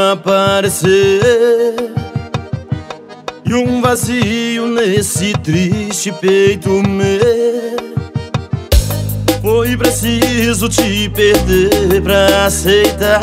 aparecer, e um vazio nesse triste peito meu. Foi preciso te perder pra aceitar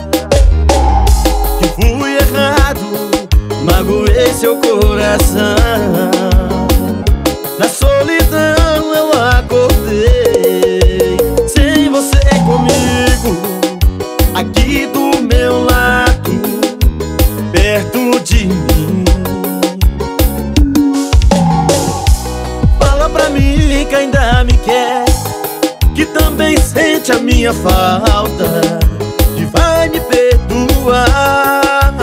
que fui errado, magoei seu coração. Na solidão eu acordei, sem você comigo, aqui do meu lado, perto de mim. Fala pra mim que ainda me quer, que também sente a minha falta, que vai me perdoar.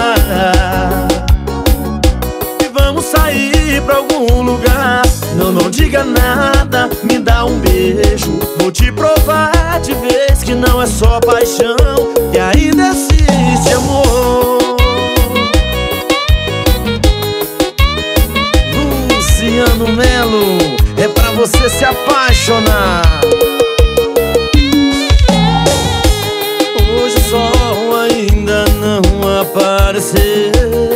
E vamos sair pra algum lugar. Não diga nada, me dá um beijo. Vou te provar de vez que não é só paixão, que ainda existe amor. Luciano Melo, é pra você se apaixonar. Hoje o sol ainda não apareceu,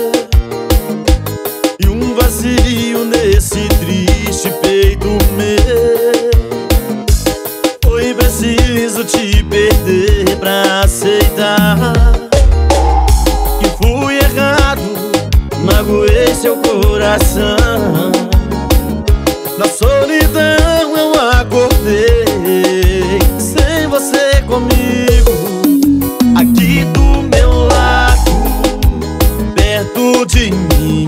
e um vazio nesse triste peito meu. Foi preciso te perder pra aceitar que fui errado, magoei seu coração. Na solidão eu acordei, sem você comigo, aqui do meu lado, perto de mim.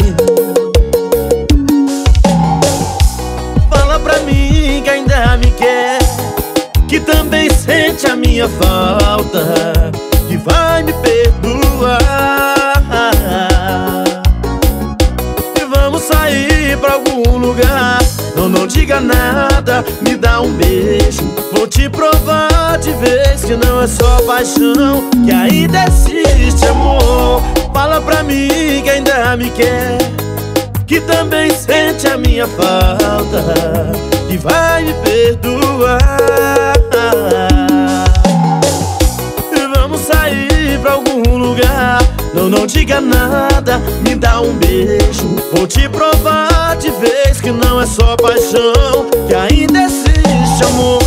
Fala pra mim que ainda me quer, que também sente a minha falta, que vai me perdoar. E vamos sair pra algum lugar. Não diga nada, me dá um beijo. Vou te provar de vez que não é só paixão, que ainda existe amor. Fala pra mim que ainda me quer, que também sente a minha falta, que vai me perdoar. E vamos sair pra algum lugar. Não diga nada, me dá um beijo. Vou te provar de vez que não é só paixão, que ainda existe amor.